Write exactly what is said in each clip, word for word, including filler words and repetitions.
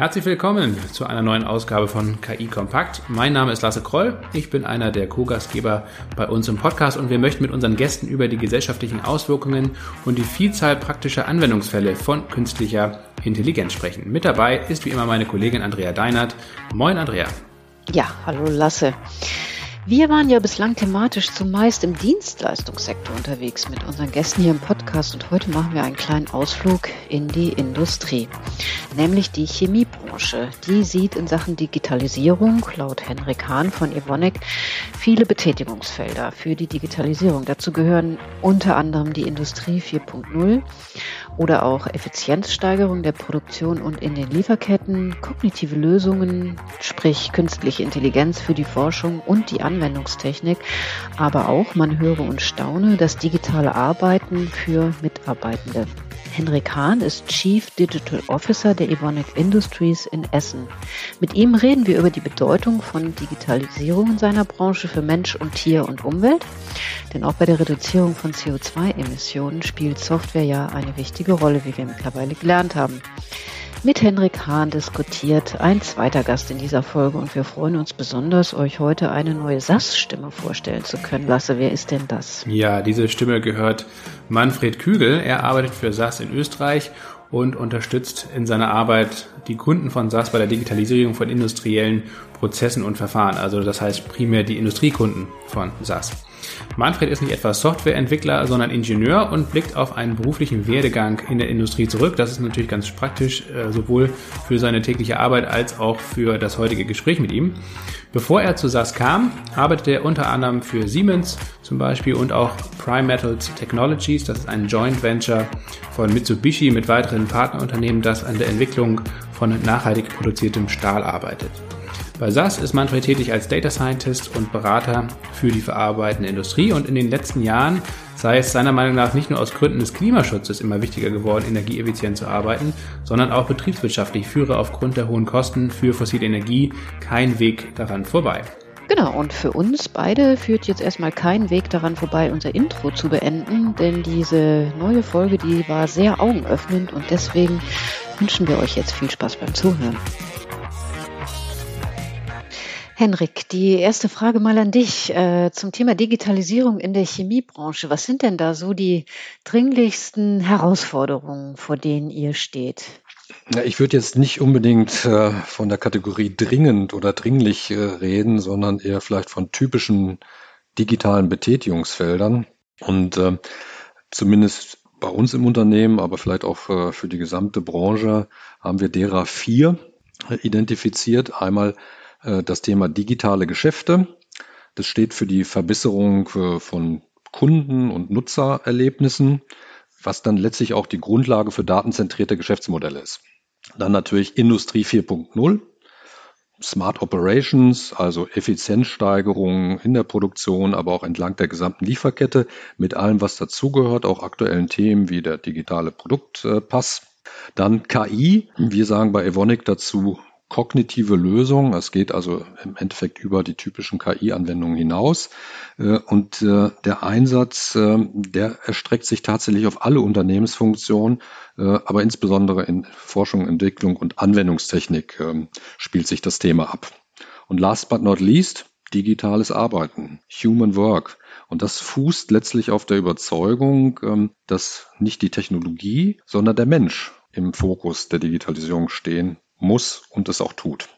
Herzlich willkommen zu einer neuen Ausgabe von K I Kompakt. Mein Name ist Lasse Kroll, ich bin einer der Co-Gastgeber bei uns im Podcast und wir möchten mit unseren Gästen über die gesellschaftlichen Auswirkungen und die Vielzahl praktischer Anwendungsfälle von künstlicher Intelligenz sprechen. Mit dabei ist wie immer meine Kollegin Andrea Deinert. Moin Andrea. Ja, hallo Lasse. Wir waren ja bislang thematisch zumeist im Dienstleistungssektor unterwegs mit unseren Gästen hier im Podcast und heute machen wir einen kleinen Ausflug in die Industrie, nämlich die Chemiebranche. Die sieht in Sachen Digitalisierung, laut Henrik Hahn von Evonik, viele Betätigungsfelder für die Digitalisierung. Dazu gehören unter anderem die Industrie vier Punkt null oder auch Effizienzsteigerung der Produktion und in den Lieferketten, kognitive Lösungen, sprich künstliche Intelligenz für die Forschung und die Anwendungstechnik, aber auch, man höre und staune, das digitale Arbeiten für Mitarbeitende. Henrik Hahn ist Chief Digital Officer der Evonik Industries in Essen. Mit ihm reden wir über die Bedeutung von Digitalisierung in seiner Branche für Mensch und Tier und Umwelt. Denn auch bei der Reduzierung von C O zwei Emissionen spielt Software ja eine wichtige Rolle, wie wir mittlerweile gelernt haben. Mit Henrik Hahn diskutiert ein zweiter Gast in dieser Folge und wir freuen uns besonders, euch heute eine neue S A S-Stimme vorstellen zu können. Lasse, wer ist denn das? Ja, diese Stimme gehört Manfred Kügel. Er arbeitet für S A S in Österreich und unterstützt in seiner Arbeit die Kunden von S A S bei der Digitalisierung von industriellen Prozessen und Verfahren. Also das heißt primär die Industriekunden von S A S. Manfred ist nicht etwa Softwareentwickler, sondern Ingenieur und blickt auf einen beruflichen Werdegang in der Industrie zurück. Das ist natürlich ganz praktisch, sowohl für seine tägliche Arbeit als auch für das heutige Gespräch mit ihm. Bevor er zu S A S kam, arbeitete er unter anderem für Siemens zum Beispiel und auch Prime Metals Technologies. Das ist ein Joint Venture von Mitsubishi mit weiteren Partnerunternehmen, das an der Entwicklung von nachhaltig produziertem Stahl arbeitet. Bei S A S ist Manfred tätig als Data Scientist und Berater für die verarbeitende Industrie und in den letzten Jahren sei es seiner Meinung nach nicht nur aus Gründen des Klimaschutzes immer wichtiger geworden, energieeffizient zu arbeiten, sondern auch betriebswirtschaftlich führe aufgrund der hohen Kosten für fossile Energie kein Weg daran vorbei. Genau, und für uns beide führt jetzt erstmal kein Weg daran vorbei, unser Intro zu beenden, denn diese neue Folge, die war sehr augenöffnend und deswegen wünschen wir euch jetzt viel Spaß beim Zuhören. Henrik, die erste Frage mal an dich äh, zum Thema Digitalisierung in der Chemiebranche. Was sind denn da so die dringlichsten Herausforderungen, vor denen ihr steht? Ja, ich würde jetzt nicht unbedingt äh, von der Kategorie dringend oder dringlich äh, reden, sondern eher vielleicht von typischen digitalen Betätigungsfeldern. Und äh, zumindest bei uns im Unternehmen, aber vielleicht auch äh, für die gesamte Branche, haben wir derer vier äh, identifiziert. Einmal das Thema digitale Geschäfte. Das steht für die Verbesserung von Kunden- und Nutzererlebnissen, was dann letztlich auch die Grundlage für datenzentrierte Geschäftsmodelle ist. Dann natürlich Industrie vier Punkt null, Smart Operations, also Effizienzsteigerung in der Produktion, aber auch entlang der gesamten Lieferkette mit allem, was dazugehört, auch aktuellen Themen wie der digitale Produktpass. Dann K I, wir sagen bei Evonik dazu kognitive Lösung. Es geht also im Endeffekt über die typischen K I-Anwendungen hinaus. Und der Einsatz, der erstreckt sich tatsächlich auf alle Unternehmensfunktionen, aber insbesondere in Forschung, Entwicklung und Anwendungstechnik spielt sich das Thema ab. Und last but not least, digitales Arbeiten, Human Work. Und das fußt letztlich auf der Überzeugung, dass nicht die Technologie, sondern der Mensch im Fokus der Digitalisierung stehen muss und es auch tut.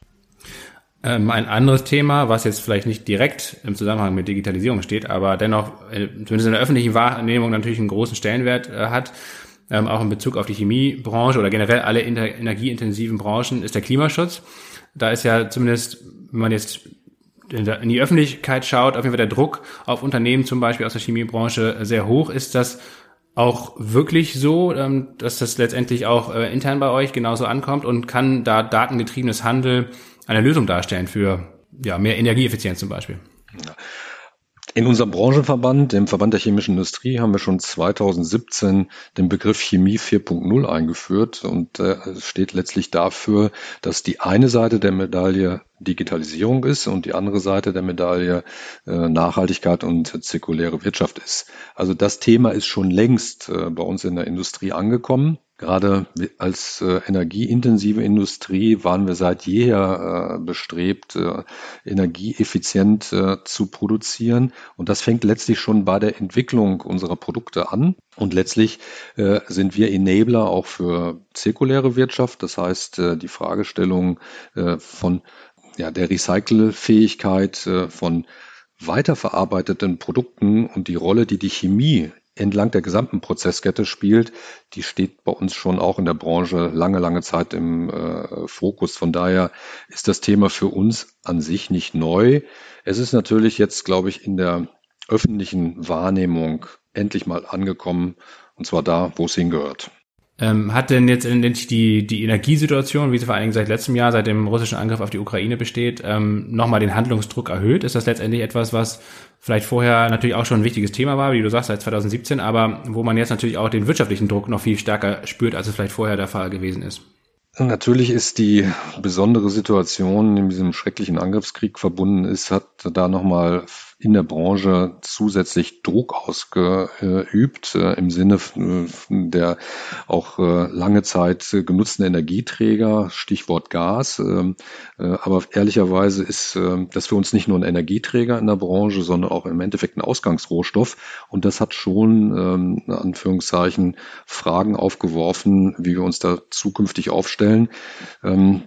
Ähm, ein anderes Thema, was jetzt vielleicht nicht direkt im Zusammenhang mit Digitalisierung steht, aber dennoch äh, zumindest in der öffentlichen Wahrnehmung natürlich einen großen Stellenwert äh, hat, ähm, auch in Bezug auf die Chemiebranche oder generell alle inter- energieintensiven Branchen, ist der Klimaschutz. Da ist ja zumindest, wenn man jetzt in, der, in die Öffentlichkeit schaut, auf jeden Fall der Druck auf Unternehmen zum Beispiel aus der Chemiebranche sehr hoch. Ist das auch wirklich so, dass das letztendlich auch äh, intern bei euch genauso ankommt und kann da datengetriebenes Handel eine Lösung darstellen für ja, mehr Energieeffizienz zum Beispiel? Ja. In unserem Branchenverband, dem Verband der chemischen Industrie, haben wir schon zweitausendsiebzehn den Begriff Chemie vier Punkt null eingeführt und äh, es steht letztlich dafür, dass die eine Seite der Medaille Digitalisierung ist und die andere Seite der Medaille äh, Nachhaltigkeit und zirkuläre Wirtschaft ist. Also das Thema ist schon längst äh, bei uns in der Industrie angekommen. Gerade als äh, energieintensive Industrie waren wir seit jeher äh, bestrebt, äh, energieeffizient äh, zu produzieren. Und das fängt letztlich schon bei der Entwicklung unserer Produkte an. Und letztlich äh, sind wir Enabler auch für zirkuläre Wirtschaft. Das heißt, äh, die Fragestellung äh, von ja, der Recycelfähigkeit äh, von weiterverarbeiteten Produkten und die Rolle, die die Chemie entlang der gesamten Prozesskette spielt, die steht bei uns schon auch in der Branche lange, lange Zeit im äh, Fokus. Von daher ist das Thema für uns an sich nicht neu. Es ist natürlich jetzt, glaube ich, in der öffentlichen Wahrnehmung endlich mal angekommen, und zwar da, wo es hingehört. Ähm, hat denn jetzt die, die Energiesituation, wie sie vor allen Dingen seit letztem Jahr, seit dem russischen Angriff auf die Ukraine besteht, ähm, nochmal den Handlungsdruck erhöht? Ist das letztendlich etwas, was vielleicht vorher natürlich auch schon ein wichtiges Thema war, wie du sagst, seit zwanzig siebzehn, aber wo man jetzt natürlich auch den wirtschaftlichen Druck noch viel stärker spürt, als es vielleicht vorher der Fall gewesen ist? Natürlich ist die besondere Situation in diesem schrecklichen Angriffskrieg verbunden ist, hat da nochmal in der Branche zusätzlich Druck ausgeübt, äh, im Sinne der auch äh, lange Zeit genutzten Energieträger, Stichwort Gas. Äh, aber ehrlicherweise ist äh, das für uns nicht nur ein Energieträger in der Branche, sondern auch im Endeffekt ein Ausgangsrohstoff. Und das hat schon, ähm, in Anführungszeichen, Fragen aufgeworfen, wie wir uns da zukünftig aufstellen. Ähm,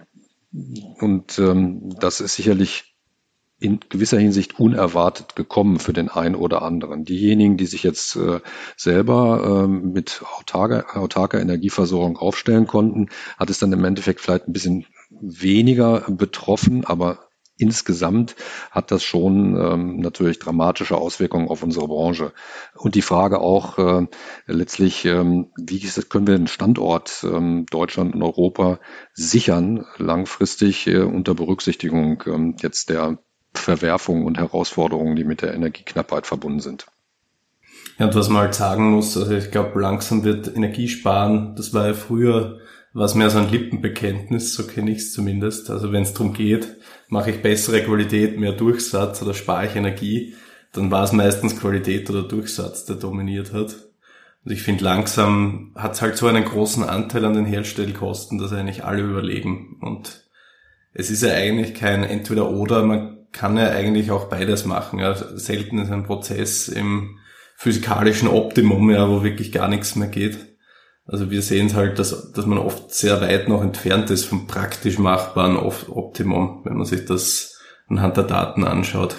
und ähm, das ist sicherlich in gewisser Hinsicht unerwartet gekommen für den einen oder anderen. Diejenigen, die sich jetzt äh, selber äh, mit autarker, autarker Energieversorgung aufstellen konnten, hat es dann im Endeffekt vielleicht ein bisschen weniger betroffen, aber insgesamt hat das schon ähm, natürlich dramatische Auswirkungen auf unsere Branche. Und die Frage auch äh, letztlich, ähm, wie können wir den Standort ähm, Deutschland und Europa sichern, langfristig äh, unter Berücksichtigung ähm, jetzt der Verwerfungen und Herausforderungen, die mit der Energieknappheit verbunden sind. Ja, und was man halt sagen muss, also ich glaube, langsam wird Energiesparen, das war ja früher, war es mehr so ein Lippenbekenntnis, so kenne ich es zumindest. Also wenn es darum geht, mache ich bessere Qualität, mehr Durchsatz oder spare ich Energie, dann war es meistens Qualität oder Durchsatz, der dominiert hat. Und ich finde, langsam hat es halt so einen großen Anteil an den Herstellkosten, dass eigentlich alle überlegen. Und es ist ja eigentlich kein Entweder-Oder, man kann ja eigentlich auch beides machen. Ja. Selten ist ein Prozess im physikalischen Optimum, ja, wo wirklich gar nichts mehr geht. Also wir sehen es halt, dass, dass man oft sehr weit noch entfernt ist vom praktisch machbaren Optimum, wenn man sich das anhand der Daten anschaut.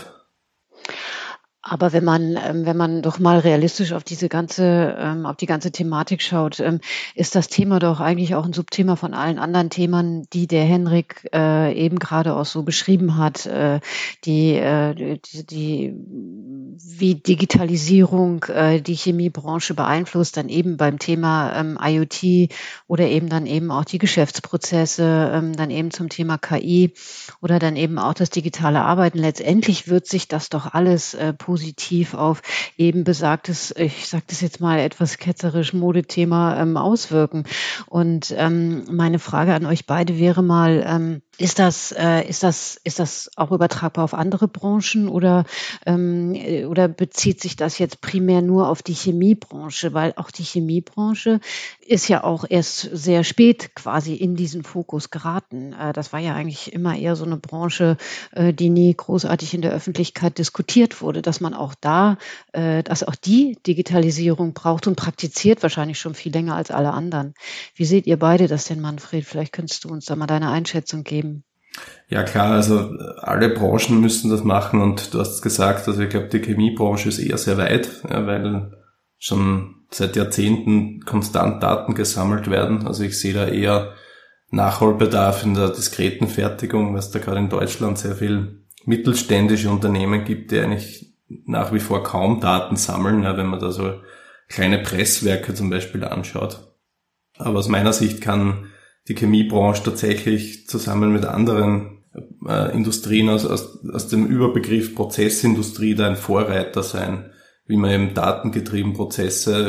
Aber wenn man, wenn man doch mal realistisch auf diese ganze, auf die ganze Thematik schaut, ist das Thema doch eigentlich auch ein Subthema von allen anderen Themen, die der Henrik eben gerade auch so beschrieben hat, die, die, die wie Digitalisierung die Chemiebranche beeinflusst, dann eben beim Thema IoT oder eben dann eben auch die Geschäftsprozesse, dann eben zum Thema K I oder dann eben auch das digitale Arbeiten. Letztendlich wird sich das doch alles positiv positiv auf eben besagtes, ich sage das jetzt mal etwas ketzerisch, Modethema ähm, auswirken. Und ähm, meine Frage an euch beide wäre mal, ähm, ist das, äh, ist das, ist das auch übertragbar auf andere Branchen oder, ähm, oder bezieht sich das jetzt primär nur auf die Chemiebranche? Weil auch die Chemiebranche ist ja auch erst sehr spät quasi in diesen Fokus geraten. Äh, das war ja eigentlich immer eher so eine Branche, äh, die nie großartig in der Öffentlichkeit diskutiert wurde, dass man auch da, äh, dass auch die Digitalisierung braucht und praktiziert wahrscheinlich schon viel länger als alle anderen. Wie seht ihr beide das denn, Manfred? Vielleicht könntest du uns da mal deine Einschätzung geben. Ja klar, also alle Branchen müssen das machen und du hast gesagt, also ich glaube, die Chemiebranche ist eher sehr weit, ja, weil schon seit Jahrzehnten konstant Daten gesammelt werden. Also ich sehe da eher Nachholbedarf in der diskreten Fertigung, weil es da gerade in Deutschland sehr viel mittelständische Unternehmen gibt, die eigentlich nach wie vor kaum Daten sammeln, ja, wenn man da so kleine Presswerke zum Beispiel anschaut. Aber aus meiner Sicht kann die Chemiebranche tatsächlich zusammen mit anderen äh, Industrien aus, aus, aus dem Überbegriff Prozessindustrie da ein Vorreiter sein, wie man eben datengetrieben Prozesse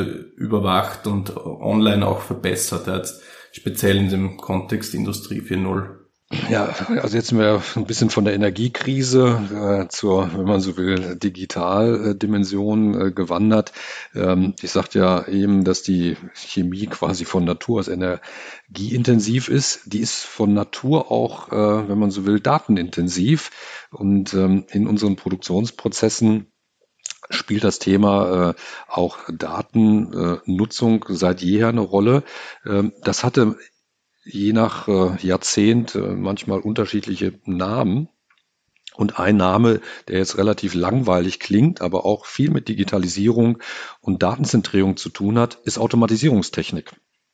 überwacht und online auch verbessert, jetzt speziell in dem Kontext Industrie vier Punkt null. Ja, also jetzt sind wir ein bisschen von der Energiekrise äh, zur, wenn man so will, Digitaldimension äh, gewandert. Ähm, ich sagte ja eben, dass die Chemie quasi von Natur aus energieintensiv ist. Die ist von Natur auch, äh, wenn man so will, datenintensiv. Und ähm, in unseren Produktionsprozessen spielt das Thema äh, auch Datennutzung äh, seit jeher eine Rolle. Ähm, das hatte je nach äh, Jahrzehnt äh, manchmal unterschiedliche Namen. Und ein Name, der jetzt relativ langweilig klingt, aber auch viel mit Digitalisierung und Datenzentrierung zu tun hat, ist Automatisierungstechnik.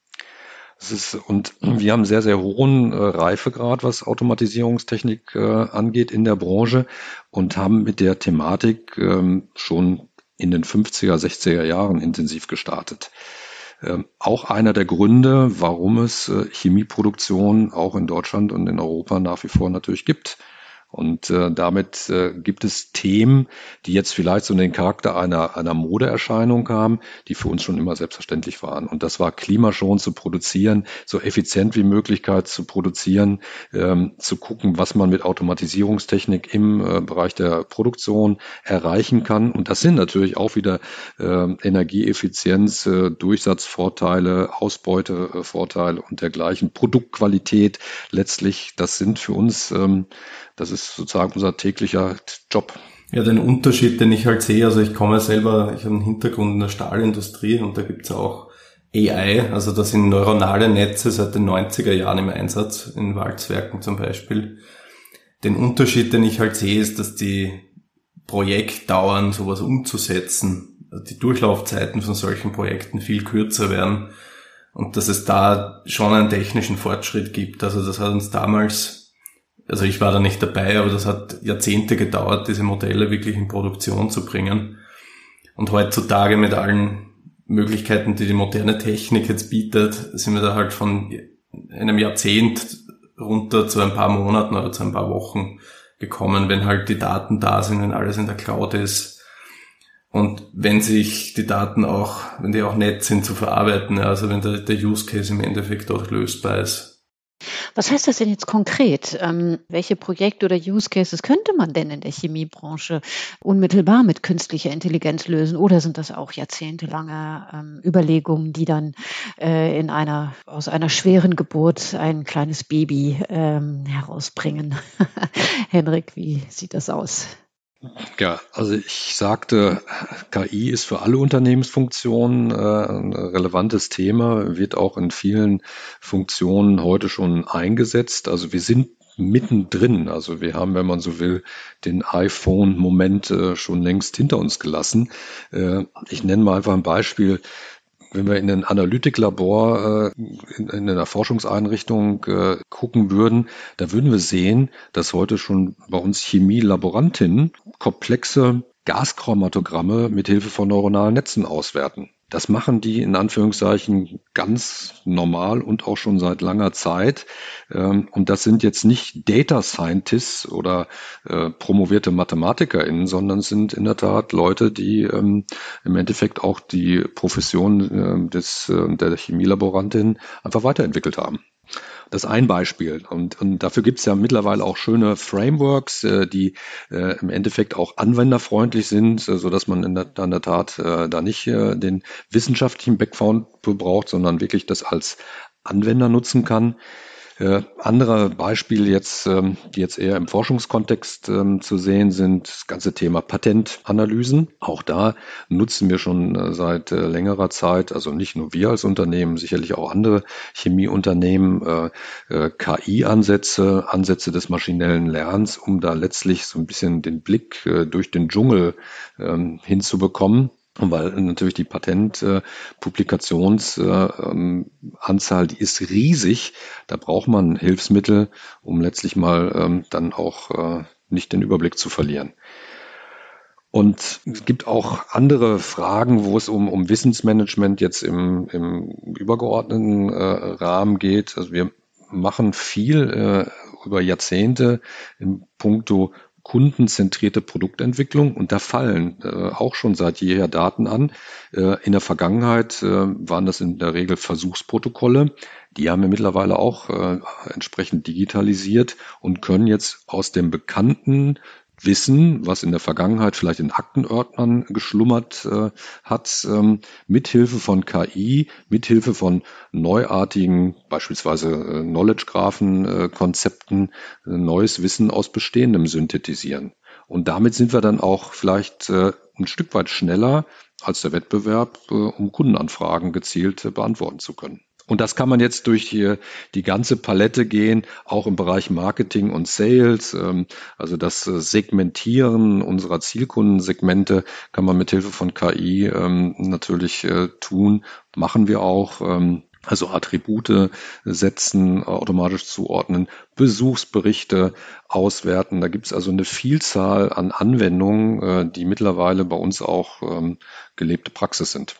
Das ist, und wir haben sehr, sehr hohen äh, Reifegrad, was Automatisierungstechnik äh, angeht in der Branche und haben mit der Thematik ähm, schon in den fünfziger, sechziger Jahren intensiv gestartet. Ähm, auch einer der Gründe, warum es äh, Chemieproduktion auch in Deutschland und in Europa nach wie vor natürlich gibt. Und äh, damit äh, gibt es Themen, die jetzt vielleicht so den Charakter einer, einer Modeerscheinung haben, die für uns schon immer selbstverständlich waren. Und das war klimaschonend zu produzieren, so effizient wie Möglichkeit zu produzieren, ähm, zu gucken, was man mit Automatisierungstechnik im äh, Bereich der Produktion erreichen kann. Und das sind natürlich auch wieder äh, Energieeffizienz, äh, Durchsatzvorteile, Ausbeutevorteile und dergleichen, Produktqualität letztlich. Das sind für uns ähm, Das ist sozusagen unser täglicher Job. Ja, den Unterschied, den ich halt sehe, also ich komme selber, ich habe einen Hintergrund in der Stahlindustrie und da gibt's auch A I, also da sind neuronale Netze seit den neunziger Jahren im Einsatz, in Walzwerken zum Beispiel. Den Unterschied, den ich halt sehe, ist, dass die Projektdauern, sowas umzusetzen, die Durchlaufzeiten von solchen Projekten viel kürzer werden und dass es da schon einen technischen Fortschritt gibt. Also das hat uns damals Also ich war da nicht dabei, aber das hat Jahrzehnte gedauert, diese Modelle wirklich in Produktion zu bringen. Und heutzutage mit allen Möglichkeiten, die die moderne Technik jetzt bietet, sind wir da halt von einem Jahrzehnt runter zu ein paar Monaten oder zu ein paar Wochen gekommen, wenn halt die Daten da sind, wenn alles in der Cloud ist und wenn sich die Daten auch, wenn die auch nett sind zu verarbeiten, also wenn der, der Use Case im Endeffekt auch lösbar ist. Was heißt das denn jetzt konkret? Ähm, welche Projekte oder Use Cases könnte man denn in der Chemiebranche unmittelbar mit künstlicher Intelligenz lösen? Oder sind das auch jahrzehntelange ähm, Überlegungen, die dann äh, in einer aus einer schweren Geburt ein kleines Baby ähm, herausbringen? Henrik, wie sieht das aus? Ja, also ich sagte, K I ist für alle Unternehmensfunktionen äh, ein relevantes Thema, wird auch in vielen Funktionen heute schon eingesetzt. Also wir sind mittendrin. Also wir haben, wenn man so will, den iPhone-Moment äh, schon längst hinter uns gelassen. Äh, ich nenne mal einfach ein Beispiel. Wenn wir in ein Analytiklabor äh, in, in einer Forschungseinrichtung äh, gucken würden, da würden wir sehen, dass heute schon bei uns Chemielaborantinnen komplexe Gaschromatogramme mit Hilfe von neuronalen Netzen auswerten. Das machen die in Anführungszeichen ganz normal und auch schon seit langer Zeit. Und das sind jetzt nicht Data Scientists oder äh, promovierte MathematikerInnen, sondern sind in der Tat Leute, die ähm, im Endeffekt auch die Profession äh, des, äh, der Chemielaborantin einfach weiterentwickelt haben. Das ist ein Beispiel. Und, und dafür gibt es ja mittlerweile auch schöne Frameworks, äh, die äh, im Endeffekt auch anwenderfreundlich sind, äh, sodass man in der, in der Tat äh, da nicht äh, den wissenschaftlichen Background braucht, sondern wirklich das als Anwender nutzen kann. Äh, andere Beispiele jetzt, ähm, die jetzt eher im Forschungskontext ähm, zu sehen sind, das ganze Thema Patentanalysen. Auch da nutzen wir schon äh, seit äh, längerer Zeit, also nicht nur wir als Unternehmen, sicherlich auch andere Chemieunternehmen, äh, äh, K I-Ansätze, Ansätze des maschinellen Lernens, um da letztlich so ein bisschen den Blick äh, durch den Dschungel ähm, hinzubekommen. Weil natürlich die Patentpublikationsanzahl, äh, die ist riesig. Da braucht man Hilfsmittel, um letztlich mal ähm, dann auch äh, nicht den Überblick zu verlieren. Und es gibt auch andere Fragen, wo es um, um Wissensmanagement jetzt im, im übergeordneten äh, Rahmen geht. Also wir machen viel äh, über Jahrzehnte in puncto kundenzentrierte Produktentwicklung und da fallen äh, auch schon seit jeher Daten an. Äh, in der Vergangenheit äh, waren das in der Regel Versuchsprotokolle. Die haben wir mittlerweile auch äh, entsprechend digitalisiert und können jetzt aus dem bekannten Wissen, was in der Vergangenheit vielleicht in Aktenordnern geschlummert äh, hat, ähm, mithilfe von K I, mithilfe von neuartigen, beispielsweise äh, Knowledge-Graphen-Konzepten, äh, neues Wissen aus Bestehendem synthetisieren. Und damit sind wir dann auch vielleicht äh, ein Stück weit schneller als der Wettbewerb, äh, um Kundenanfragen gezielt äh, beantworten zu können. Und das kann man jetzt durch die, die ganze Palette gehen, auch im Bereich Marketing und Sales. Also das Segmentieren unserer Zielkundensegmente kann man mit Hilfe von K I natürlich tun, machen wir auch. Also Attribute setzen, automatisch zuordnen, Besuchsberichte auswerten. Da gibt es also eine Vielzahl an Anwendungen, die mittlerweile bei uns auch gelebte Praxis sind.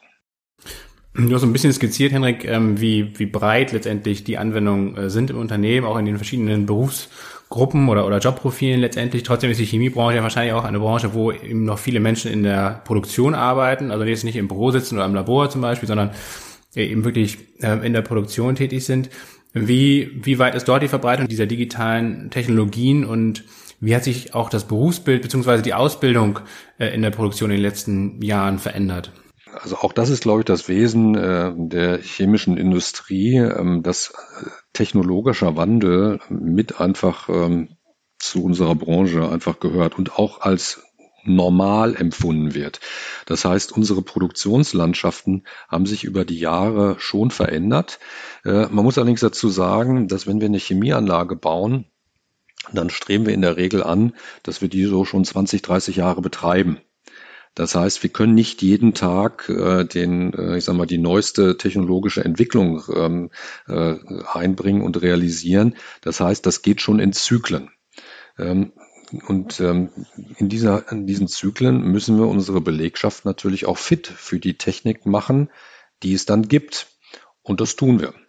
Du hast so ein bisschen skizziert, Henrik, wie, wie breit letztendlich die Anwendungen sind im Unternehmen, auch in den verschiedenen Berufsgruppen oder, oder Jobprofilen letztendlich. Trotzdem ist die Chemiebranche ja wahrscheinlich auch eine Branche, wo eben noch viele Menschen in der Produktion arbeiten, also jetzt nicht im Büro sitzen oder im Labor zum Beispiel, sondern eben wirklich in der Produktion tätig sind. Wie, wie weit ist dort die Verbreitung dieser digitalen Technologien und wie hat sich auch das Berufsbild bzw. die Ausbildung in der Produktion in den letzten Jahren verändert? Also auch das ist, glaube ich, das Wesen äh, der chemischen Industrie, ähm, dass technologischer Wandel mit einfach ähm, zu unserer Branche einfach gehört und auch als normal empfunden wird. Das heißt, unsere Produktionslandschaften haben sich über die Jahre schon verändert. Äh, man muss allerdings dazu sagen, dass wenn wir eine Chemieanlage bauen, dann streben wir in der Regel an, dass wir die so schon zwanzig, dreißig Jahre betreiben. Das heißt, wir können nicht jeden Tag äh, den, äh, ich sag mal, die neueste technologische Entwicklung ähm, äh, einbringen und realisieren. Das heißt, das geht schon in Zyklen. Ähm, und ähm, in dieser, in diesen Zyklen müssen wir unsere Belegschaft natürlich auch fit für die Technik machen, die es dann gibt. Und das tun wir.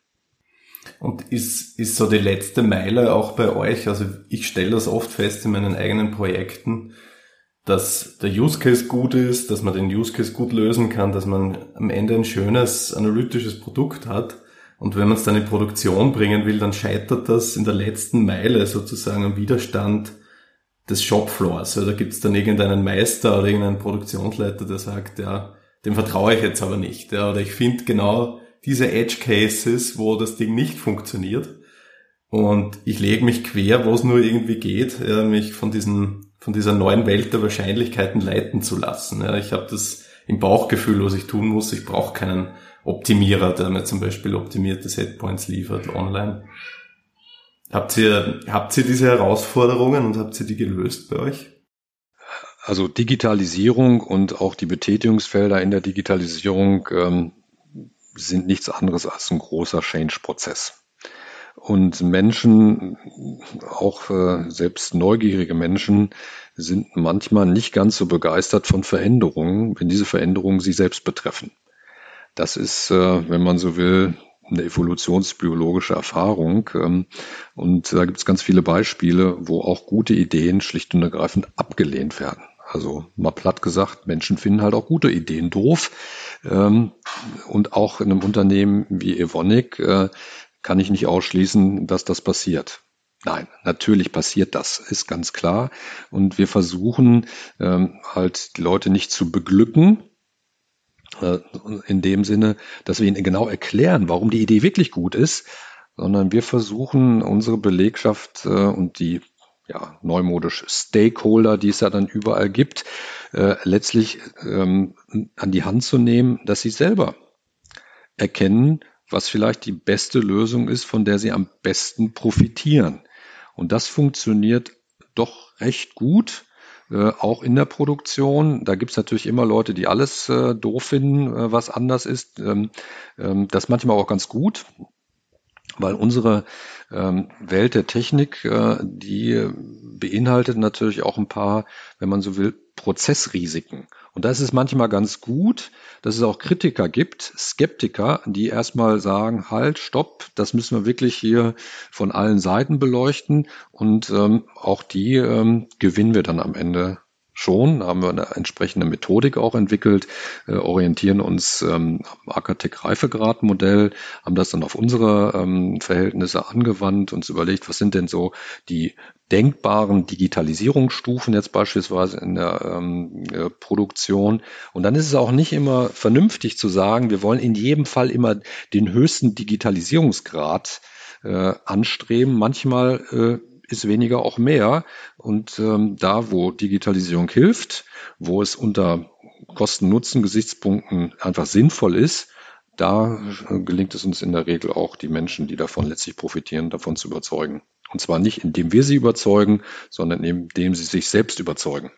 Und ist, ist so die letzte Meile auch bei euch? Also ich stelle das oft fest in meinen eigenen Projekten, dass der Use Case gut ist, dass man den Use Case gut lösen kann, dass man am Ende ein schönes, analytisches Produkt hat. Und wenn man es dann in Produktion bringen will, dann scheitert das in der letzten Meile sozusagen am Widerstand des Shopfloors. Also da gibt es dann irgendeinen Meister oder irgendeinen Produktionsleiter, der sagt, ja, dem vertraue ich jetzt aber nicht. Ja, oder ich finde genau diese Edge Cases, wo das Ding nicht funktioniert. Und ich lege mich quer, wo es nur irgendwie geht, ja, mich von diesen von dieser neuen Welt der Wahrscheinlichkeiten leiten zu lassen. Ja, ich habe das im Bauchgefühl, was ich tun muss. Ich brauche keinen Optimierer, der mir zum Beispiel optimierte Setpoints liefert online. Habt ihr, habt ihr diese Herausforderungen und habt ihr die gelöst bei euch? Also Digitalisierung und auch die Betätigungsfelder in der Digitalisierung ähm, sind nichts anderes als ein großer Change-Prozess. Und Menschen, auch äh, selbst neugierige Menschen, sind manchmal nicht ganz so begeistert von Veränderungen, wenn diese Veränderungen sie selbst betreffen. Das ist, äh, wenn man so will, eine evolutionsbiologische Erfahrung. Ähm, und da gibt es ganz viele Beispiele, wo auch gute Ideen schlicht und ergreifend abgelehnt werden. Also mal platt gesagt, Menschen finden halt auch gute Ideen doof. Ähm, und auch in einem Unternehmen wie Evonik äh, kann ich nicht ausschließen, dass das passiert. Nein, natürlich passiert das, ist ganz klar. Und wir versuchen ähm, halt die Leute nicht zu beglücken, äh, in dem Sinne, dass wir ihnen genau erklären, warum die Idee wirklich gut ist, sondern wir versuchen unsere Belegschaft äh, und die ja, neumodisch Stakeholder, die es ja dann überall gibt, äh, letztlich ähm, an die Hand zu nehmen, dass sie selber erkennen, was vielleicht die beste Lösung ist, von der sie am besten profitieren. Und das funktioniert doch recht gut, äh, auch in der Produktion. Da gibt es natürlich immer Leute, die alles äh, doof finden, äh, was anders ist. Ähm, ähm, das ist manchmal auch ganz gut, weil unsere ähm, Welt der Technik, äh, die beinhaltet natürlich auch ein paar, wenn man so will, Prozessrisiken. Und da ist es manchmal ganz gut, dass es auch Kritiker gibt, Skeptiker, die erstmal sagen, halt, stopp, das müssen wir wirklich hier von allen Seiten beleuchten. Und ähm, auch die ähm, gewinnen wir dann am Ende schon. Da haben wir eine entsprechende Methodik auch entwickelt, äh, orientieren uns ähm, am Akatec-Reifegrad-Modell, haben das dann auf unsere ähm, Verhältnisse angewandt, uns überlegt, was sind denn so die denkbaren Digitalisierungsstufen jetzt beispielsweise in der ähm, äh, Produktion. Und dann ist es auch nicht immer vernünftig zu sagen, wir wollen in jedem Fall immer den höchsten Digitalisierungsgrad äh, anstreben. Manchmal äh, ist weniger auch mehr. Und ähm, da, wo Digitalisierung hilft, wo es unter Kosten-Nutzen-Gesichtspunkten einfach sinnvoll ist, da äh, gelingt es uns in der Regel auch, die Menschen, die davon letztlich profitieren, davon zu überzeugen. Und zwar nicht, indem wir sie überzeugen, sondern indem sie sich selbst überzeugen.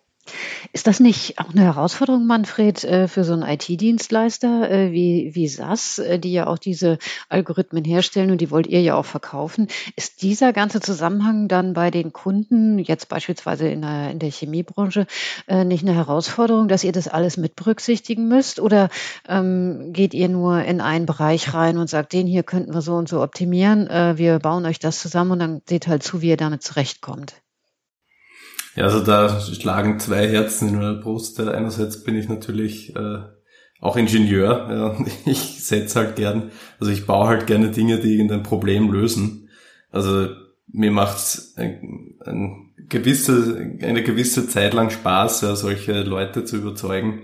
Ist das nicht auch eine Herausforderung, Manfred, äh, für so einen I T-Dienstleister äh, wie, wie S A S, äh, die ja auch diese Algorithmen herstellen und die wollt ihr ja auch verkaufen? Ist dieser ganze Zusammenhang dann bei den Kunden, jetzt beispielsweise in der, in der Chemiebranche, äh, nicht eine Herausforderung, dass ihr das alles mit berücksichtigen müsst? Oder ähm, geht ihr nur in einen Bereich rein und sagt, den hier könnten wir so und so optimieren, äh, wir bauen euch das zusammen und dann seht halt zu, wie ihr damit zurechtkommt? Ja, also da schlagen zwei Herzen in meiner Brust. Einerseits bin ich natürlich äh, auch Ingenieur. Ja, ich setze halt gern, also ich baue halt gerne Dinge, die irgendein Problem lösen. Also mir macht's ein, ein gewisse, eine gewisse Zeit lang Spaß, ja, solche Leute zu überzeugen.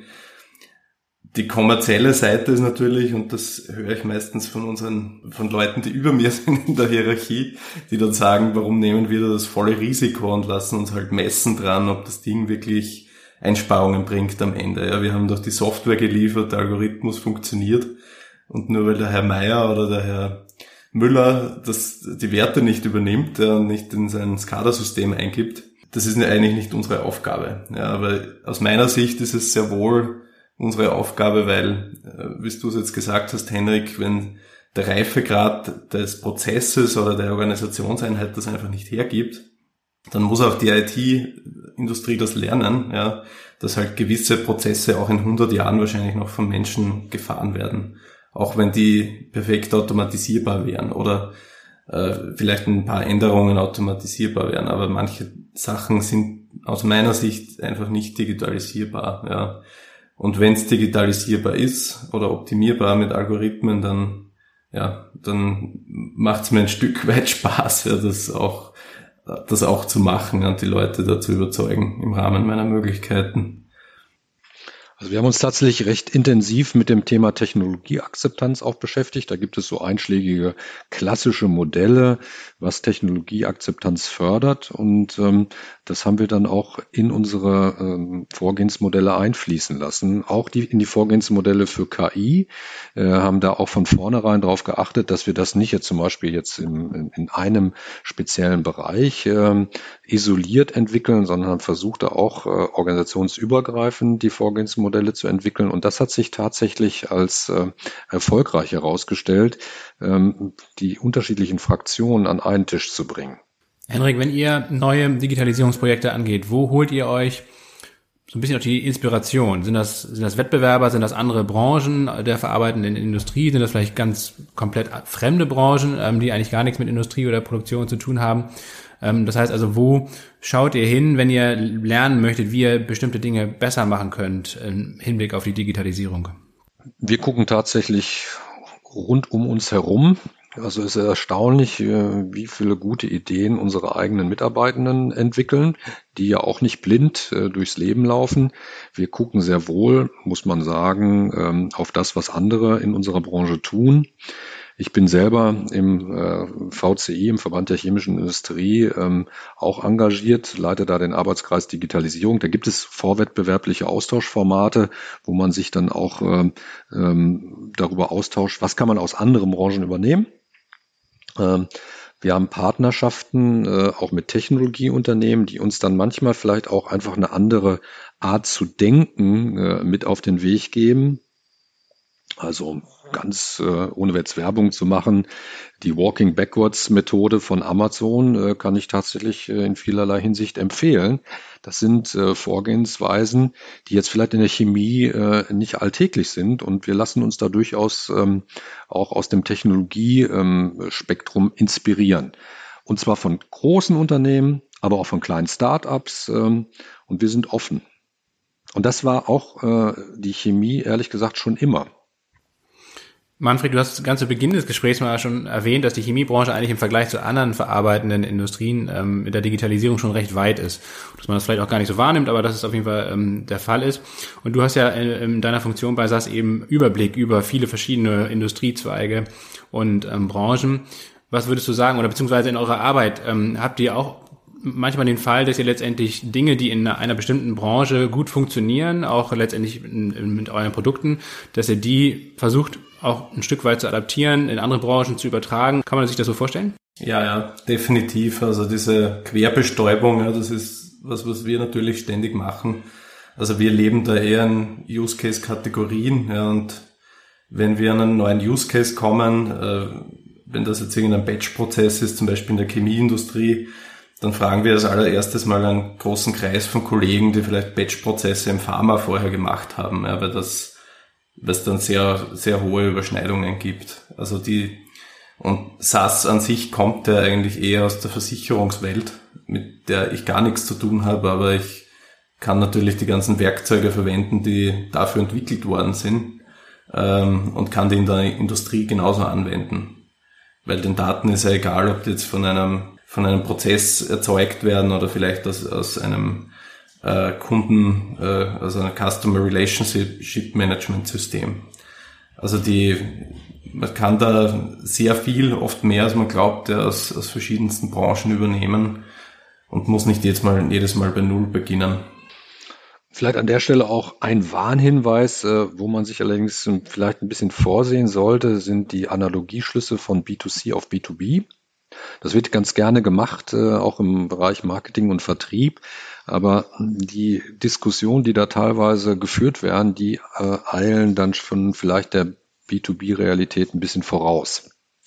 Die kommerzielle Seite ist natürlich, und das höre ich meistens von unseren, von Leuten, die über mir sind in der Hierarchie, die dann sagen, warum nehmen wir da das volle Risiko und lassen uns halt messen dran, ob das Ding wirklich Einsparungen bringt am Ende. Ja, wir haben doch die Software geliefert, der Algorithmus funktioniert, und nur weil der Herr Meier oder der Herr Müller das, die Werte nicht übernimmt, ja, und nicht in sein SCADA-System eingibt, das ist eigentlich nicht unsere Aufgabe. Ja, aber aus meiner Sicht ist es sehr wohl unsere Aufgabe, weil, wie du es jetzt gesagt hast, Henrik, wenn der Reifegrad des Prozesses oder der Organisationseinheit das einfach nicht hergibt, dann muss auch die I T-Industrie das lernen, ja, dass halt gewisse Prozesse auch in hundert Jahren wahrscheinlich noch von Menschen gefahren werden, auch wenn die perfekt automatisierbar wären oder äh, vielleicht ein paar Änderungen automatisierbar wären, aber manche Sachen sind aus meiner Sicht einfach nicht digitalisierbar, ja. Und wenn es digitalisierbar ist oder optimierbar mit Algorithmen, dann ja, dann macht es mir ein Stück weit Spaß, ja, das auch das auch zu machen und die Leute dazu überzeugen im Rahmen meiner Möglichkeiten. Also wir haben uns tatsächlich recht intensiv mit dem Thema Technologieakzeptanz auch beschäftigt. Da gibt es so einschlägige klassische Modelle, was Technologieakzeptanz fördert. Und ähm, das haben wir dann auch in unsere ähm, Vorgehensmodelle einfließen lassen. Auch die in die Vorgehensmodelle für K I äh, haben da auch von vornherein darauf geachtet, dass wir das nicht jetzt zum Beispiel jetzt in, in, in einem speziellen Bereich äh, isoliert entwickeln, sondern haben versucht, da auch äh, organisationsübergreifend die Vorgehensmodelle Modelle zu entwickeln. Und das hat sich tatsächlich als äh, erfolgreich herausgestellt, ähm, die unterschiedlichen Fraktionen an einen Tisch zu bringen. Henrik, wenn ihr neue Digitalisierungsprojekte angeht, wo holt ihr euch so ein bisschen auch die Inspiration? Sind das, sind das Wettbewerber, sind das andere Branchen der verarbeitenden Industrie? Sind das vielleicht ganz komplett fremde Branchen, ähm, die eigentlich gar nichts mit Industrie oder Produktion zu tun haben? Das heißt also, wo schaut ihr hin, wenn ihr lernen möchtet, wie ihr bestimmte Dinge besser machen könnt im Hinblick auf die Digitalisierung? Wir gucken tatsächlich rund um uns herum. Also es ist erstaunlich, wie viele gute Ideen unsere eigenen Mitarbeitenden entwickeln, die ja auch nicht blind durchs Leben laufen. Wir gucken sehr wohl, muss man sagen, auf das, was andere in unserer Branche tun. Ich bin selber im äh, V C I, im Verband der chemischen Industrie, ähm, auch engagiert, leite da den Arbeitskreis Digitalisierung. Da gibt es vorwettbewerbliche Austauschformate, wo man sich dann auch ähm, ähm, darüber austauscht, was kann man aus anderen Branchen übernehmen. Ähm, wir haben Partnerschaften äh, auch mit Technologieunternehmen, die uns dann manchmal vielleicht auch einfach eine andere Art zu denken äh, mit auf den Weg geben. Also ganz äh, ohne jetzt Werbung zu machen, die Walking Backwards Methode von Amazon äh, kann ich tatsächlich äh, in vielerlei Hinsicht empfehlen. Das sind äh, Vorgehensweisen, die jetzt vielleicht in der Chemie äh, nicht alltäglich sind, und wir lassen uns da durchaus ähm, auch aus dem Technologiespektrum ähm, inspirieren. Und zwar von großen Unternehmen, aber auch von kleinen Start-ups, ähm, und wir sind offen. Und das war auch äh, die Chemie, ehrlich gesagt, schon immer. Manfred, du hast ganz zu Beginn des Gesprächs mal schon erwähnt, dass die Chemiebranche eigentlich im Vergleich zu anderen verarbeitenden Industrien ähm, mit der Digitalisierung schon recht weit ist. Dass man das vielleicht auch gar nicht so wahrnimmt, aber dass es auf jeden Fall ähm, der Fall ist. Und du hast ja in, in deiner Funktion bei S A S eben Überblick über viele verschiedene Industriezweige und ähm, Branchen. Was würdest du sagen, oder beziehungsweise in eurer Arbeit, ähm, habt ihr auch manchmal den Fall, dass ihr letztendlich Dinge, die in einer bestimmten Branche gut funktionieren, auch letztendlich in, in, mit euren Produkten, dass ihr die versucht, auch ein Stück weit zu adaptieren, in andere Branchen zu übertragen? Kann man sich das so vorstellen? Ja, ja, definitiv. Also diese Querbestäubung, ja, das ist was, was wir natürlich ständig machen. Also wir leben da eher in Use-Case-Kategorien, ja, und wenn wir an einen neuen Use-Case kommen, äh, wenn das jetzt irgendein Batch-Prozess ist, zum Beispiel in der Chemieindustrie, dann fragen wir als allererstes mal einen großen Kreis von Kollegen, die vielleicht Batch-Prozesse im Pharma vorher gemacht haben, ja, weil das weil es dann sehr, sehr hohe Überschneidungen gibt. Also die, und S A S an sich kommt ja eigentlich eher aus der Versicherungswelt, mit der ich gar nichts zu tun habe, aber ich kann natürlich die ganzen Werkzeuge verwenden, die dafür entwickelt worden sind, ähm, und kann die in der Industrie genauso anwenden. Weil den Daten ist ja egal, ob die jetzt von einem, von einem Prozess erzeugt werden oder vielleicht aus, aus einem Äh, Kunden, äh, also ein Customer Relationship Management System. Also die, man kann da sehr viel, oft mehr als man glaubt, ja, aus, aus verschiedensten Branchen übernehmen und muss nicht jedes Mal, jedes Mal bei Null beginnen. Vielleicht an der Stelle auch ein Warnhinweis, äh, wo man sich allerdings vielleicht ein bisschen vorsehen sollte, sind die Analogieschlüsse von B zwei C auf B zwei B. Das wird ganz gerne gemacht, äh, auch im Bereich Marketing und Vertrieb. Aber die Diskussionen, die da teilweise geführt werden, die äh, eilen dann schon vielleicht der B zwei B-Realität ein bisschen voraus.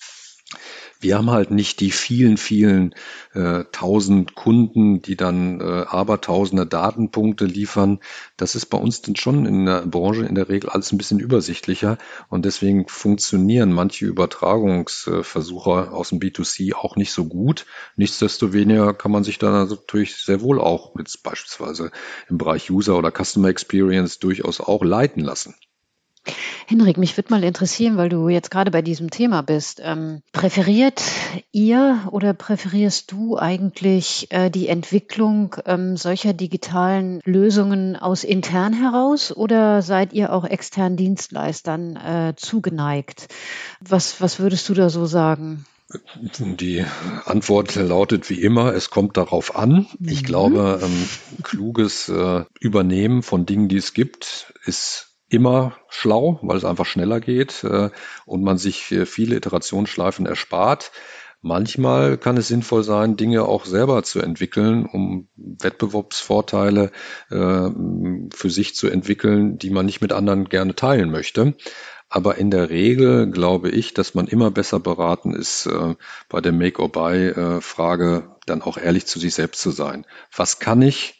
Wir haben halt nicht die vielen, vielen äh, tausend Kunden, die dann äh, abertausende Datenpunkte liefern. Das ist bei uns dann schon in der Branche in der Regel alles ein bisschen übersichtlicher, und deswegen funktionieren manche Übertragungsversuche aus dem B zwei C auch nicht so gut. Nichtsdestoweniger kann man sich da natürlich sehr wohl auch jetzt beispielsweise im Bereich User oder Customer Experience durchaus auch leiten lassen. Henrik, mich würde mal interessieren, weil du jetzt gerade bei diesem Thema bist. Ähm, präferiert ihr oder präferierst du eigentlich äh, die Entwicklung ähm, solcher digitalen Lösungen aus intern heraus, oder seid ihr auch externen Dienstleistern äh, zugeneigt? Was, was würdest du da so sagen? Die Antwort lautet wie immer, es kommt darauf an. Mhm. Ich glaube, ähm, kluges äh, Übernehmen von Dingen, die es gibt, ist immer schlau, weil es einfach schneller geht äh, und man sich äh, viele Iterationsschleifen erspart. Manchmal kann es sinnvoll sein, Dinge auch selber zu entwickeln, um Wettbewerbsvorteile äh, für sich zu entwickeln, die man nicht mit anderen gerne teilen möchte. Aber in der Regel glaube ich, dass man immer besser beraten ist, äh, bei der Make-or-Buy-Frage dann auch ehrlich zu sich selbst zu sein. Was kann ich?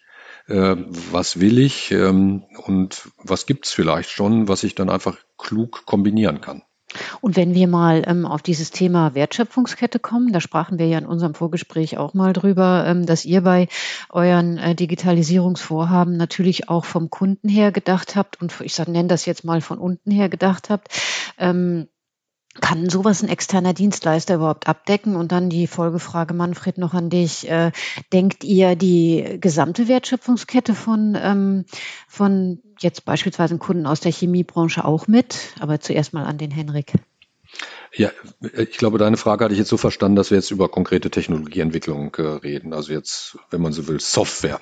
Was will ich und was gibt's vielleicht schon, was ich dann einfach klug kombinieren kann. Und wenn wir mal ähm, auf dieses Thema Wertschöpfungskette kommen, da sprachen wir ja in unserem Vorgespräch auch mal drüber, ähm, dass ihr bei euren äh, Digitalisierungsvorhaben natürlich auch vom Kunden her gedacht habt und ich sag, nenne das jetzt mal von unten her gedacht habt. Ähm, Kann sowas ein externer Dienstleister überhaupt abdecken? Und dann die Folgefrage, Manfred, noch an dich. Äh, denkt ihr die gesamte Wertschöpfungskette von, ähm, von jetzt beispielsweise Kunden aus der Chemiebranche auch mit? Aber zuerst mal an den Henrik. Ja, ich glaube, deine Frage hatte ich jetzt so verstanden, dass wir jetzt über konkrete Technologieentwicklung äh, reden. Also jetzt, wenn man so will, Software.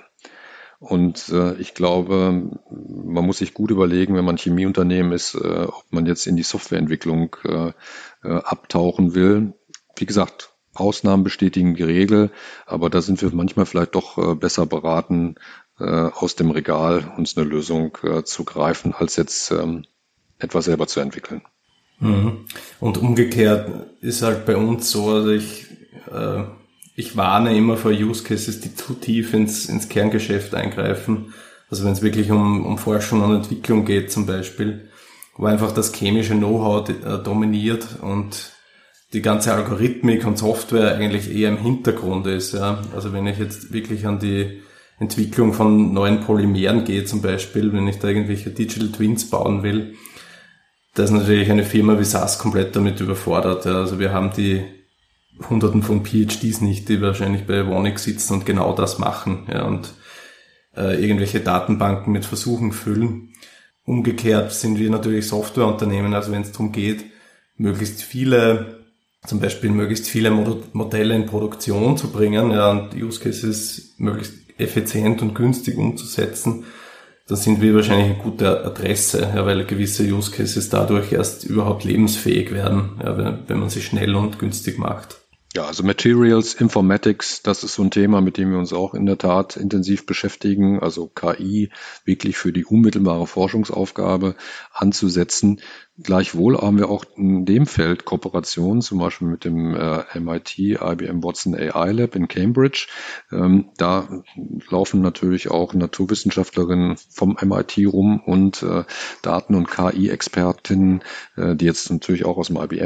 Und äh, ich glaube, man muss sich gut überlegen, wenn man Chemieunternehmen ist, äh, ob man jetzt in die Softwareentwicklung äh, äh, abtauchen will. Wie gesagt, Ausnahmen bestätigen die Regel, aber da sind wir manchmal vielleicht doch äh, besser beraten, äh, aus dem Regal uns eine Lösung äh, zu greifen, als jetzt ähm, etwas selber zu entwickeln. Mhm. Und umgekehrt ist halt bei uns so, also ich, äh, ich warne immer vor Use Cases, die zu tief ins, ins Kerngeschäft eingreifen. Also wenn es wirklich um, um Forschung und Entwicklung geht zum Beispiel, wo einfach das chemische Know-how äh, dominiert und die ganze Algorithmik und Software eigentlich eher im Hintergrund ist. Ja. Also wenn ich jetzt wirklich an die Entwicklung von neuen Polymeren gehe zum Beispiel, wenn ich da irgendwelche Digital Twins bauen will, da ist natürlich eine Firma wie S A S komplett damit überfordert. Ja. Also wir haben die Hunderten von P H Ds nicht, die wahrscheinlich bei Evonik sitzen und genau das machen, ja, und äh, irgendwelche Datenbanken mit Versuchen füllen. Umgekehrt sind wir natürlich Softwareunternehmen, also wenn es darum geht, möglichst viele, zum Beispiel möglichst viele Mod- Modelle in Produktion zu bringen, ja, und Use Cases möglichst effizient und günstig umzusetzen, dann sind wir wahrscheinlich eine gute Adresse, ja, weil gewisse Use Cases dadurch erst überhaupt lebensfähig werden, ja, wenn, wenn man sie schnell und günstig macht. Ja, also Materials, Informatics, das ist so ein Thema, mit dem wir uns auch in der Tat intensiv beschäftigen. Also K I wirklich für die unmittelbare Forschungsaufgabe anzusetzen. Gleichwohl haben wir auch in dem Feld Kooperationen, zum Beispiel mit dem äh, M I T I B M Watson A I Lab in Cambridge. Ähm, da laufen natürlich auch Naturwissenschaftlerinnen vom M I T rum und äh, Daten- und K I-Expertinnen, äh, die jetzt natürlich auch aus dem I B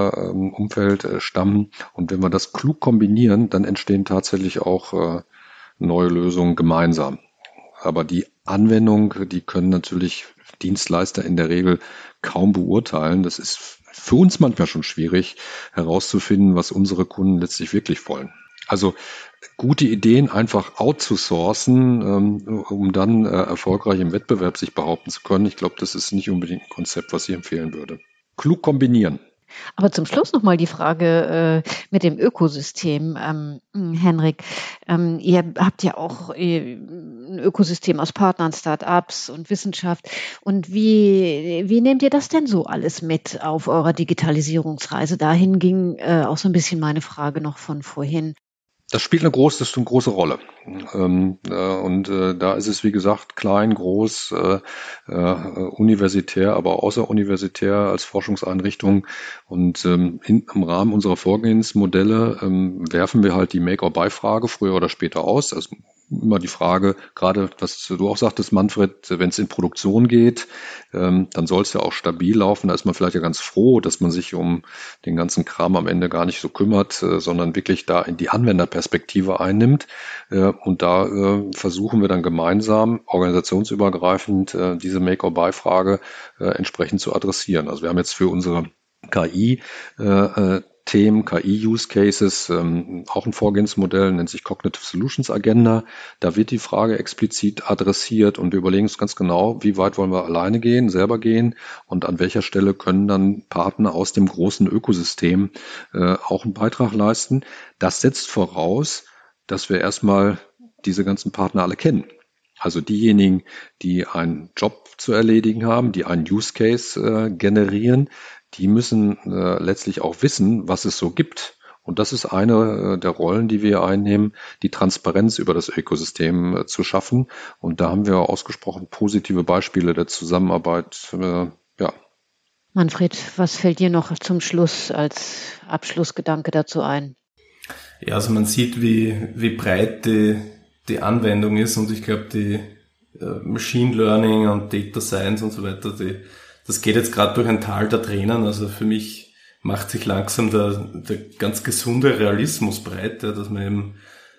M-Umfeld äh, äh, stammen. Und wenn wir das klug kombinieren, dann entstehen tatsächlich auch äh, neue Lösungen gemeinsam. Aber die Anwendung, die können natürlich Dienstleister in der Regel kaum beurteilen. Das ist für uns manchmal schon schwierig herauszufinden, was unsere Kunden letztlich wirklich wollen. Also gute Ideen einfach outzusourcen, ähm, um dann äh, erfolgreich im Wettbewerb sich behaupten zu können. Ich glaube, das ist nicht unbedingt ein Konzept, was ich empfehlen würde. Klug kombinieren. Aber zum Schluss nochmal die Frage äh, mit dem Ökosystem, ähm, Henrik. Ähm, ihr habt ja auch äh, ein Ökosystem aus Partnern, Start-ups und Wissenschaft. Und wie, wie nehmt ihr das denn so alles mit auf eurer Digitalisierungsreise? Dahin ging äh, auch so ein bisschen meine Frage noch von vorhin. Das spielt eine große, das ist eine große Rolle. Ähm, äh, und äh, da ist es, wie gesagt, klein, groß, äh, äh, universitär, aber auch außeruniversitär als Forschungseinrichtung. Und ähm, in, im Rahmen unserer Vorgehensmodelle ähm, werfen wir halt die Make-or-Buy-Frage früher oder später aus. Also immer die Frage, gerade was du auch sagtest, Manfred, wenn es in Produktion geht, ähm, dann soll es ja auch stabil laufen. Da ist man vielleicht ja ganz froh, dass man sich um den ganzen Kram am Ende gar nicht so kümmert, äh, sondern wirklich da in die Anwenderperspektive einnimmt. Äh, und da äh, versuchen wir dann gemeinsam, organisationsübergreifend, äh, diese Make-or-Buy-Frage äh, entsprechend zu adressieren. Also wir haben jetzt für unsere K I äh, Themen, K I-Use-Cases, ähm, auch ein Vorgehensmodell, nennt sich Cognitive Solutions Agenda. Da wird die Frage explizit adressiert und wir überlegen uns ganz genau, wie weit wollen wir alleine gehen, selber gehen und an welcher Stelle können dann Partner aus dem großen Ökosystem äh, auch einen Beitrag leisten. Das setzt voraus, dass wir erstmal diese ganzen Partner alle kennen. Also diejenigen, die einen Job zu erledigen haben, die einen Use Case äh, generieren, die müssen äh, letztlich auch wissen, was es so gibt. Und das ist eine äh, der Rollen, die wir einnehmen, die Transparenz über das Ökosystem äh, zu schaffen. Und da haben wir ausgesprochen positive Beispiele der Zusammenarbeit. Äh, ja. Manfred, was fällt dir noch zum Schluss als Abschlussgedanke dazu ein? Ja, also man sieht, wie, wie breit die, die Anwendung ist und ich glaube, die äh, Machine Learning und Data Science und so weiter, die das geht jetzt gerade durch ein Tal der Tränen. Also für mich macht sich langsam der, der ganz gesunde Realismus breit, ja, dass man eben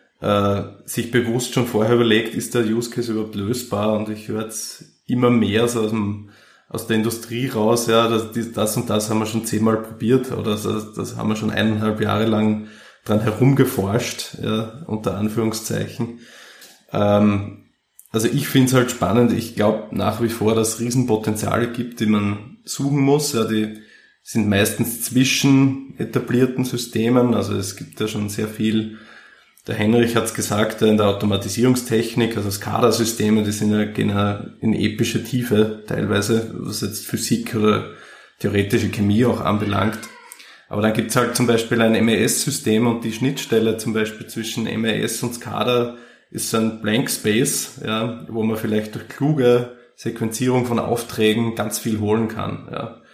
äh, sich bewusst schon vorher überlegt, ist der Use Case überhaupt lösbar? Und ich höre jetzt immer mehr so aus, dem, aus der Industrie raus, ja, das, das und das haben wir schon zehnmal probiert oder das, das haben wir schon eineinhalb Jahre lang dran herumgeforscht, ja, unter Anführungszeichen. Ähm, Also ich finde es halt spannend. Ich glaube nach wie vor, dass es Riesenpotenziale gibt, die man suchen muss. Ja, die sind meistens zwischen etablierten Systemen. Also es gibt ja schon sehr viel. Der Henrich hat es gesagt, in der Automatisierungstechnik, also SCADA-Systeme, die sind ja, gehen ja in epische Tiefe teilweise, was jetzt Physik oder theoretische Chemie auch anbelangt. Aber dann gibt es halt zum Beispiel ein M E S-System und die Schnittstelle zum Beispiel zwischen M E S und SCADA ist so ein Blank Space, ja, wo man vielleicht durch kluge Sequenzierung von Aufträgen ganz viel holen kann, ja.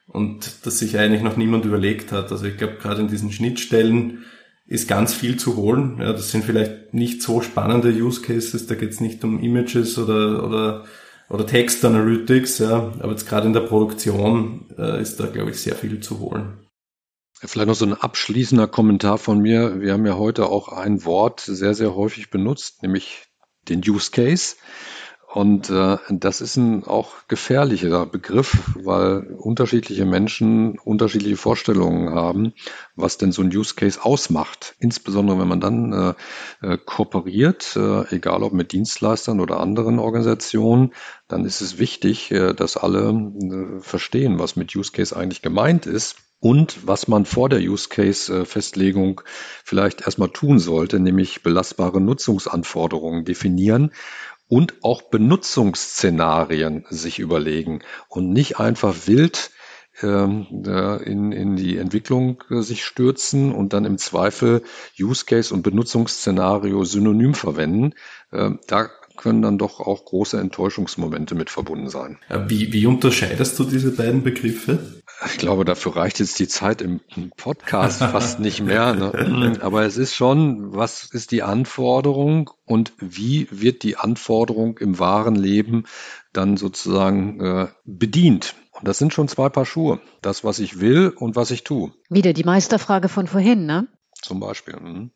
und das sich eigentlich noch niemand überlegt hat. Also ich glaube, gerade in diesen Schnittstellen ist ganz viel zu holen. Ja, das sind vielleicht nicht so spannende Use Cases, da geht es nicht um Images oder oder oder Text Analytics, ja, aber jetzt gerade in der Produktion äh, ist da, glaube ich, sehr viel zu holen. Vielleicht noch so ein abschließender Kommentar von mir. Wir haben ja heute auch ein Wort sehr, sehr häufig benutzt, nämlich den Use Case. Und äh, das ist ein auch gefährlicher Begriff, weil unterschiedliche Menschen unterschiedliche Vorstellungen haben, was denn so ein Use Case ausmacht. Insbesondere wenn man dann äh, äh, kooperiert, äh, egal ob mit Dienstleistern oder anderen Organisationen, dann ist es wichtig, äh, dass alle äh, verstehen, was mit Use Case eigentlich gemeint ist. Und was man vor der Use-Case-Festlegung vielleicht erstmal tun sollte, nämlich belastbare Nutzungsanforderungen definieren und auch Benutzungsszenarien sich überlegen und nicht einfach wild ähm, in, in die Entwicklung äh, sich stürzen und dann im Zweifel Use-Case und Benutzungsszenario synonym verwenden. Ähm, da können dann doch auch große Enttäuschungsmomente mit verbunden sein. Wie, wie unterscheidest du diese beiden Begriffe? Ich glaube, dafür reicht jetzt die Zeit im Podcast fast nicht mehr. Ne? Aber es ist schon, was ist die Anforderung und wie wird die Anforderung im wahren Leben dann sozusagen äh, bedient? Und das sind schon zwei Paar Schuhe. Das, was ich will und was ich tue. Wieder die Meisterfrage von vorhin, ne? Zum Beispiel. Mhm.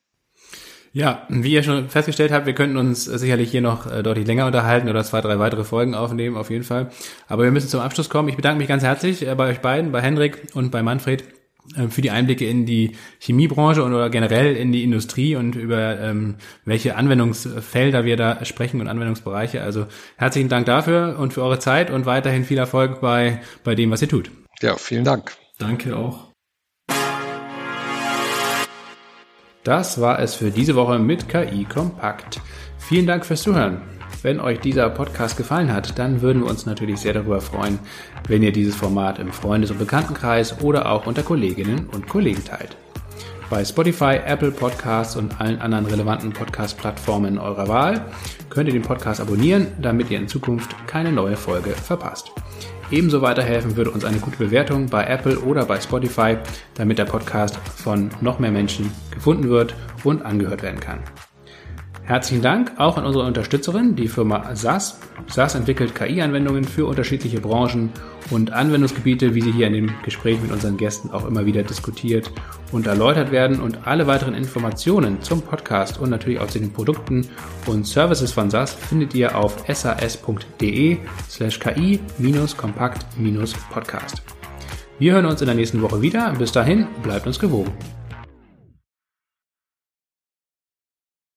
Ja, wie ihr schon festgestellt habt, wir könnten uns sicherlich hier noch äh, deutlich länger unterhalten oder zwei, drei weitere Folgen aufnehmen, auf jeden Fall. Aber wir müssen zum Abschluss kommen. Ich bedanke mich ganz herzlich äh, bei euch beiden, bei Hendrik und bei Manfred, äh, für die Einblicke in die Chemiebranche und oder generell in die Industrie und über ähm, welche Anwendungsfelder wir da sprechen und Anwendungsbereiche. Also herzlichen Dank dafür und für eure Zeit und weiterhin viel Erfolg bei, bei dem, was ihr tut. Ja, vielen Dank. Danke auch. Das war es für diese Woche mit K I Kompakt. Vielen Dank fürs Zuhören. Wenn euch dieser Podcast gefallen hat, dann würden wir uns natürlich sehr darüber freuen, wenn ihr dieses Format im Freundes- und Bekanntenkreis oder auch unter Kolleginnen und Kollegen teilt. Bei Spotify, Apple Podcasts und allen anderen relevanten Podcast-Plattformen eurer Wahl könnt ihr den Podcast abonnieren, damit ihr in Zukunft keine neue Folge verpasst. Ebenso weiterhelfen würde uns eine gute Bewertung bei Apple oder bei Spotify, damit der Podcast von noch mehr Menschen gefunden wird und angehört werden kann. Herzlichen Dank auch an unsere Unterstützerin, die Firma S A S. S A S entwickelt K I-Anwendungen für unterschiedliche Branchen und Anwendungsgebiete, wie sie hier in dem Gespräch mit unseren Gästen auch immer wieder diskutiert und erläutert werden. Und alle weiteren Informationen zum Podcast und natürlich auch zu den Produkten und Services von S A S findet ihr auf sas.de slash ki minus kompakt minus podcast. Wir hören uns in der nächsten Woche wieder. Bis dahin, bleibt uns gewogen.